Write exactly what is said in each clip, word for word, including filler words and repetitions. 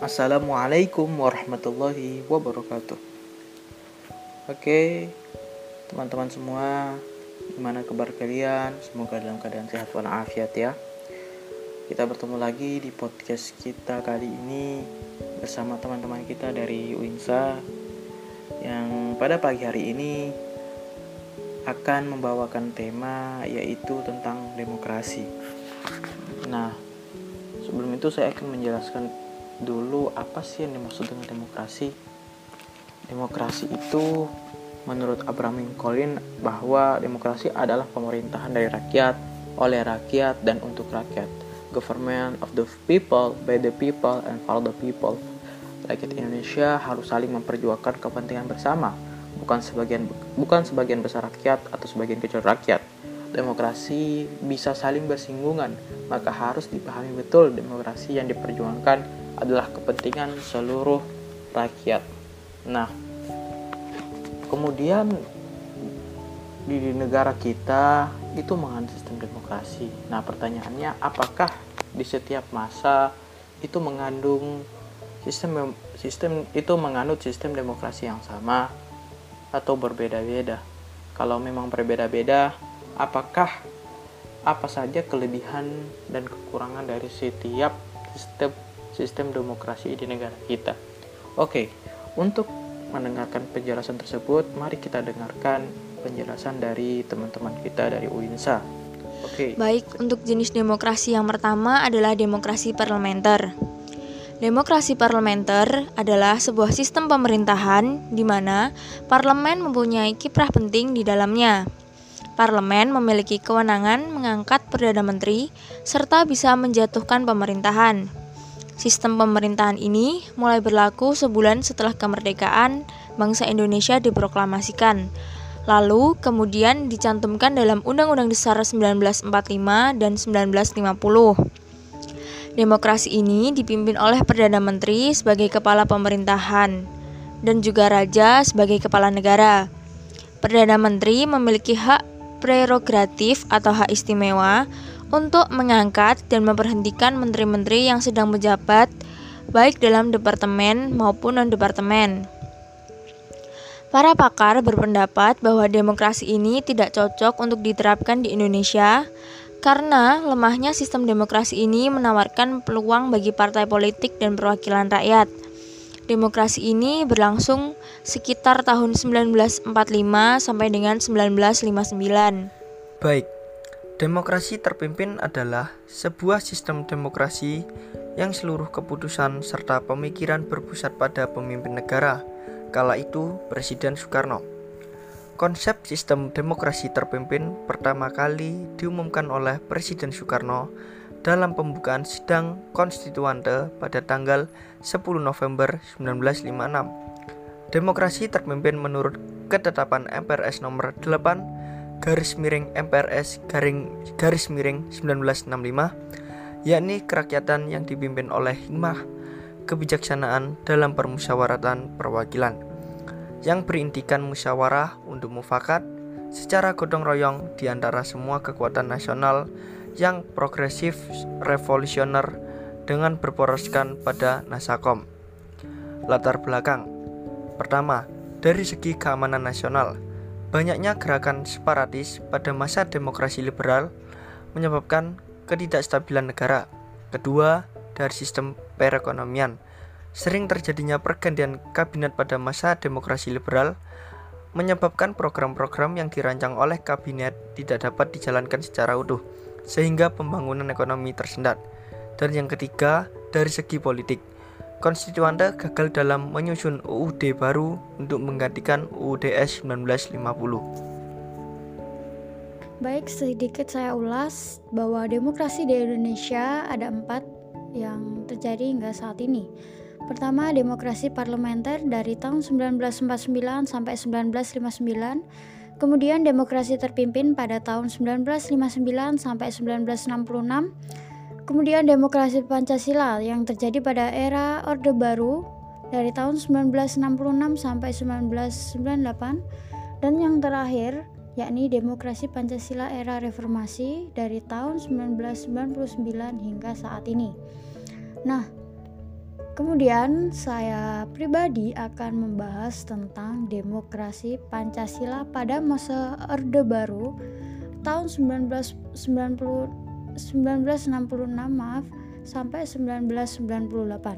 Assalamualaikum warahmatullahi wabarakatuh. Oke, teman-teman semua, gimana kabar kalian? Semoga dalam keadaan sehat walafiat ya. Kita bertemu lagi di podcast kita kali ini bersama teman-teman kita dari UINSA yang pada pagi hari ini akan membawakan tema yaitu tentang demokrasi. Nah, sebelum itu saya akan menjelaskan dulu apa sih yang dimaksud dengan demokrasi. Demokrasi itu menurut Abraham Lincoln bahwa demokrasi adalah pemerintahan dari rakyat, oleh rakyat, dan untuk rakyat. Government of the people, by the people, and for the people. Rakyat Indonesia harus saling memperjuangkan kepentingan bersama, bukan sebagian bukan sebagian besar rakyat atau sebagian kecil rakyat. Demokrasi bisa saling bersinggungan, maka harus dipahami betul demokrasi yang diperjuangkan adalah kepentingan seluruh rakyat. Nah, kemudian di negara kita itu mengandung sistem demokrasi. Nah, pertanyaannya apakah di setiap masa itu mengandung sistem sistem itu menganut sistem demokrasi yang sama atau berbeda-beda? Kalau memang berbeda-beda, apakah apa saja kelebihan dan kekurangan dari setiap sistem sistem demokrasi di negara kita? Oke, untuk mendengarkan penjelasan tersebut, mari kita dengarkan penjelasan dari teman-teman kita dari UINSA. Oke. Baik, untuk jenis demokrasi yang pertama adalah demokrasi parlementer. Demokrasi parlementer adalah sebuah sistem pemerintahan di mana parlemen mempunyai kiprah penting di dalamnya. Parlemen memiliki kewenangan mengangkat Perdana Menteri serta bisa menjatuhkan pemerintahan. Sistem pemerintahan ini mulai berlaku sebulan setelah kemerdekaan bangsa Indonesia diproklamasikan. Lalu kemudian dicantumkan dalam Undang-Undang Dasar sembilan belas empat puluh lima dan sembilan belas lima puluh. Demokrasi ini dipimpin oleh Perdana Menteri sebagai kepala pemerintahan dan juga Raja sebagai kepala negara. Perdana Menteri memiliki hak prerogatif atau hak istimewa untuk mengangkat dan memberhentikan menteri-menteri yang sedang menjabat baik dalam departemen maupun non-departemen. Para pakar berpendapat bahwa demokrasi ini tidak cocok untuk diterapkan di Indonesia karena lemahnya sistem demokrasi ini menawarkan peluang bagi partai politik dan perwakilan rakyat. Demokrasi ini berlangsung sekitar tahun sembilan belas empat puluh lima sampai dengan sembilan belas lima puluh sembilan. Baik, demokrasi terpimpin adalah sebuah sistem demokrasi yang seluruh keputusan serta pemikiran berpusat pada pemimpin negara, kala itu Presiden Soekarno. Konsep sistem demokrasi terpimpin pertama kali diumumkan oleh Presiden Soekarno dalam pembukaan sidang konstituante pada tanggal sepuluh November sembilan belas lima puluh enam. Demokrasi terpimpin menurut ketetapan M P R S nomor delapan garis miring M P R S garing garis miring sembilan belas enam puluh lima, yakni kerakyatan yang dipimpin oleh hikmah kebijaksanaan dalam permusyawaratan perwakilan yang berintikan musyawarah untuk mufakat secara gotong royong di antara semua kekuatan nasional yang progresif revolusioner dengan berporoskan pada Nasakom. Latar belakang. Pertama, dari segi keamanan nasional, banyaknya gerakan separatis pada masa demokrasi liberal menyebabkan ketidakstabilan negara. Kedua, dari sistem perekonomian, sering terjadinya pergantian kabinet pada masa demokrasi liberal menyebabkan program-program yang dirancang oleh kabinet tidak dapat dijalankan secara utuh, sehingga pembangunan ekonomi tersendat. Dan yang ketiga, dari segi politik, konstituante gagal dalam menyusun U U D baru untuk menggantikan U U D S sembilan belas lima puluh. Baik, sedikit saya ulas bahwa demokrasi di Indonesia ada empat yang terjadi hingga saat ini. Pertama, demokrasi parlementer dari tahun sembilan belas empat puluh sembilan sampai sembilan belas lima puluh sembilan. Kemudian demokrasi terpimpin pada tahun sembilan belas lima puluh sembilan sampai sembilan belas enam puluh enam. Kemudian demokrasi Pancasila yang terjadi pada era Orde Baru dari tahun sembilan belas enam puluh enam sampai sembilan belas sembilan puluh delapan. Dan yang terakhir yakni demokrasi Pancasila era reformasi dari tahun sembilan belas sembilan puluh sembilan hingga saat ini. Nah, Kemudian saya pribadi akan membahas tentang demokrasi Pancasila pada masa Orde Baru tahun sembilan belas enam puluh enam maaf sampai sembilan belas sembilan puluh delapan.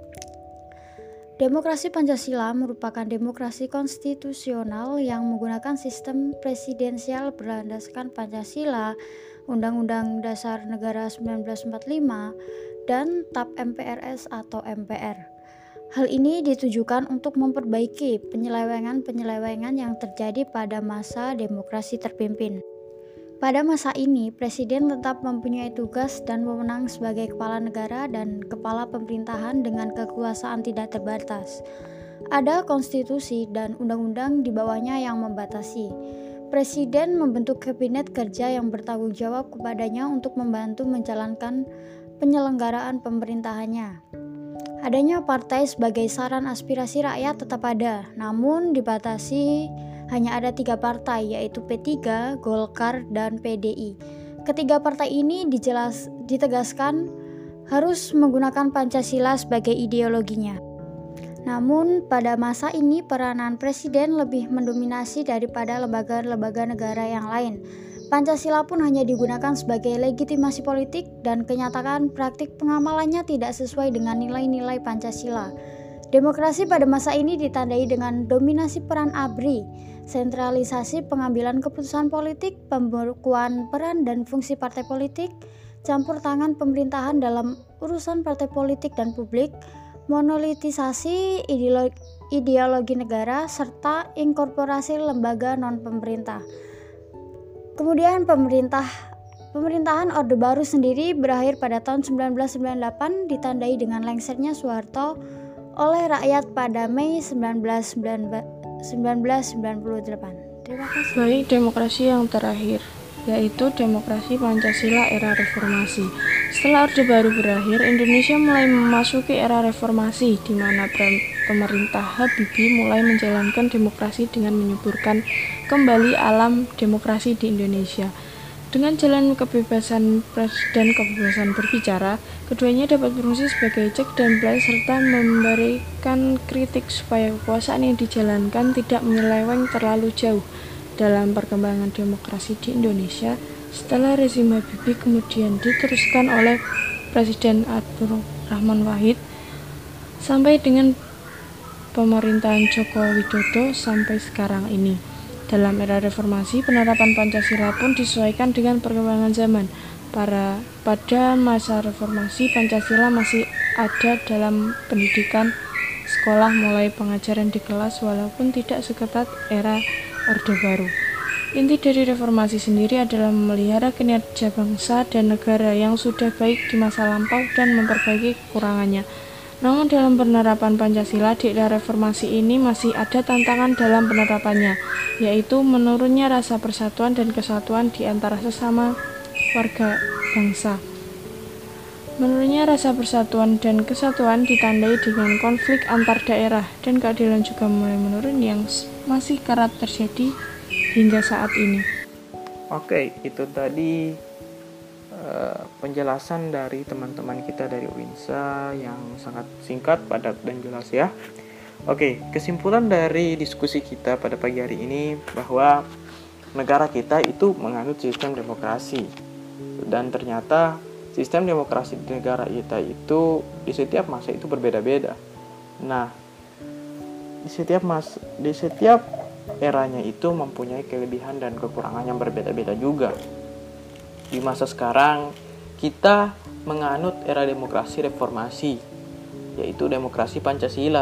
Demokrasi Pancasila merupakan demokrasi konstitusional yang menggunakan sistem presidensial berlandaskan Pancasila, Undang-Undang Dasar Negara seribu sembilan ratus empat puluh lima, dan T A P M P R S atau M P R. Hal ini ditujukan untuk memperbaiki penyelewengan-penyelewengan yang terjadi pada masa demokrasi terpimpin. Pada masa ini, Presiden tetap mempunyai tugas dan wewenang sebagai kepala negara dan kepala pemerintahan dengan kekuasaan tidak terbatas. Ada konstitusi dan undang-undang di bawahnya yang membatasi. Presiden membentuk kabinet kerja yang bertanggung jawab kepadanya untuk membantu menjalankan penyelenggaraan pemerintahannya. Adanya partai sebagai saran aspirasi rakyat tetap ada, namun dibatasi hanya ada tiga partai, yaitu P tiga, Golkar, dan P D I. Ketiga partai ini dijelas, ditegaskan harus menggunakan Pancasila sebagai ideologinya. Namun pada masa ini peranan presiden lebih mendominasi daripada lembaga-lembaga negara yang lain. Pancasila pun hanya digunakan sebagai legitimasi politik dan kenyataan praktik pengamalannya tidak sesuai dengan nilai-nilai Pancasila. Demokrasi pada masa ini ditandai dengan dominasi peran A B R I, sentralisasi pengambilan keputusan politik, pembekuan peran dan fungsi partai politik, campur tangan pemerintahan dalam urusan partai politik dan publik, monolitisasi ideologi, ideologi negara, serta inkorporasi lembaga non-pemerintah. Kemudian pemerintah pemerintahan Orde Baru sendiri berakhir pada tahun seribu sembilan ratus sembilan puluh delapan ditandai dengan lengsernya Soeharto oleh rakyat pada Mei seribu sembilan ratus sembilan puluh delapan. Terima kasih. Baik, demokrasi yang terakhir, yaitu demokrasi Pancasila era reformasi. Setelah Orde Baru berakhir, Indonesia mulai memasuki era reformasi, di mana pemerintah Habibie mulai menjalankan demokrasi dengan menyuburkan kembali alam demokrasi di Indonesia. Dengan jalan kebebasan pers dan kebebasan berbicara, keduanya dapat berfungsi sebagai cek dan balance serta memberikan kritik supaya kekuasaan yang dijalankan tidak menyeleweng terlalu jauh dalam perkembangan demokrasi di Indonesia. Setelah rezim Habibie kemudian diteruskan oleh Presiden Abdur Rahman Wahid sampai dengan pemerintahan Joko Widodo sampai sekarang ini. Dalam era reformasi, penerapan Pancasila pun disesuaikan dengan perkembangan zaman. Para, pada masa reformasi, Pancasila masih ada dalam pendidikan sekolah mulai pengajaran di kelas walaupun tidak seketat era Orde Baru. Inti dari reformasi sendiri adalah memelihara kinerja bangsa dan negara yang sudah baik di masa lampau dan memperbaiki kekurangannya. Namun dalam penerapan Pancasila di era reformasi ini masih ada tantangan dalam penerapannya, yaitu menurunnya rasa persatuan dan kesatuan di antara sesama warga bangsa. Menurunnya rasa persatuan dan kesatuan ditandai dengan konflik antar daerah dan keadilan juga mulai menurun yang masih kerap terjadi hingga saat ini. Oke, itu tadi uh, penjelasan dari teman-teman kita dari UINSA yang sangat singkat, padat, dan jelas ya. Oke, kesimpulan dari diskusi kita pada pagi hari ini bahwa negara kita itu menganut sistem demokrasi. Dan ternyata sistem demokrasi di negara kita itu di setiap masa itu berbeda-beda. Nah, di setiap mas di setiap eranya itu mempunyai kelebihan dan kekurangan yang berbeda-beda juga. Di masa sekarang kita menganut era demokrasi reformasi, yaitu demokrasi Pancasila.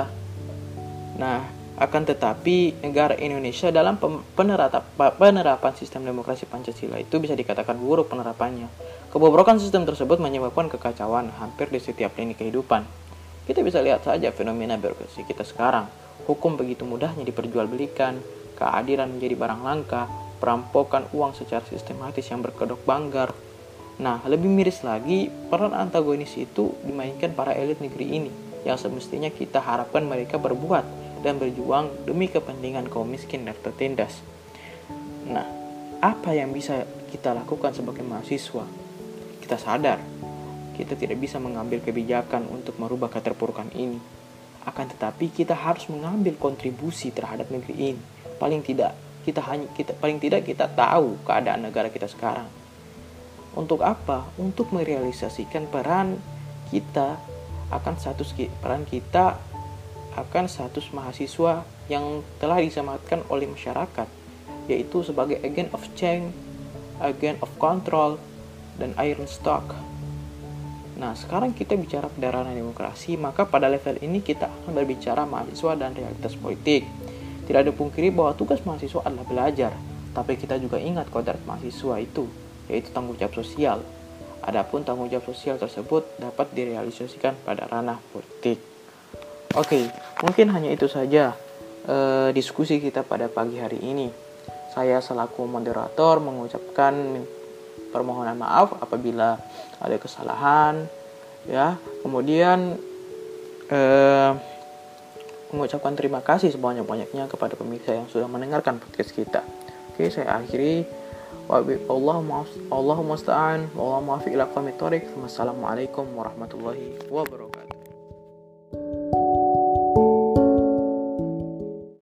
Nah, akan tetapi negara Indonesia dalam penerapan sistem demokrasi Pancasila itu bisa dikatakan buruk penerapannya. Kebobrokan sistem tersebut menyebabkan kekacauan hampir di setiap lini kehidupan. Kita bisa lihat saja fenomena birokrasi kita sekarang. Hukum begitu mudahnya diperjualbelikan, keadilan menjadi barang langka, perampokan uang secara sistematis yang berkedok banggar. Nah, lebih miris lagi, peran antagonis itu dimainkan para elit negeri ini, yang semestinya kita harapkan mereka berbuat dan berjuang demi kepentingan kaum miskin dan tertindas. Nah, apa yang bisa kita lakukan sebagai mahasiswa? Kita sadar, kita tidak bisa mengambil kebijakan untuk merubah keterpurukan ini. Akan tetapi kita harus mengambil kontribusi terhadap negeri ini. Paling tidak kita hanya kita paling tidak kita tahu keadaan negara kita sekarang. Untuk apa? Untuk merealisasikan peran kita akan status peran kita akan status mahasiswa yang telah disematkan oleh masyarakat, yaitu sebagai agent of change, agent of control, dan iron stock. Nah, sekarang kita bicara pada ranah demokrasi, maka pada level ini kita akan berbicara mahasiswa dan realitas politik. Tidak ada pungkiri bahwa tugas mahasiswa adalah belajar, tapi kita juga ingat kodrat mahasiswa itu, yaitu tanggung jawab sosial. Adapun tanggung jawab sosial tersebut dapat direalisasikan pada ranah politik. Oke, mungkin hanya itu saja eh, diskusi kita pada pagi hari ini. Saya selaku moderator mengucapkan permohonan maaf apabila ada kesalahan, ya. Kemudian eh, mengucapkan terima kasih sebanyak-banyaknya kepada pemirsa yang sudah mendengarkan podcast kita. Oke, saya akhiri. Allahumma Allahumma musta'an. Allahumma fi ila qamit thoriq. Wassalamualaikum warahmatullahi wabarakatuh.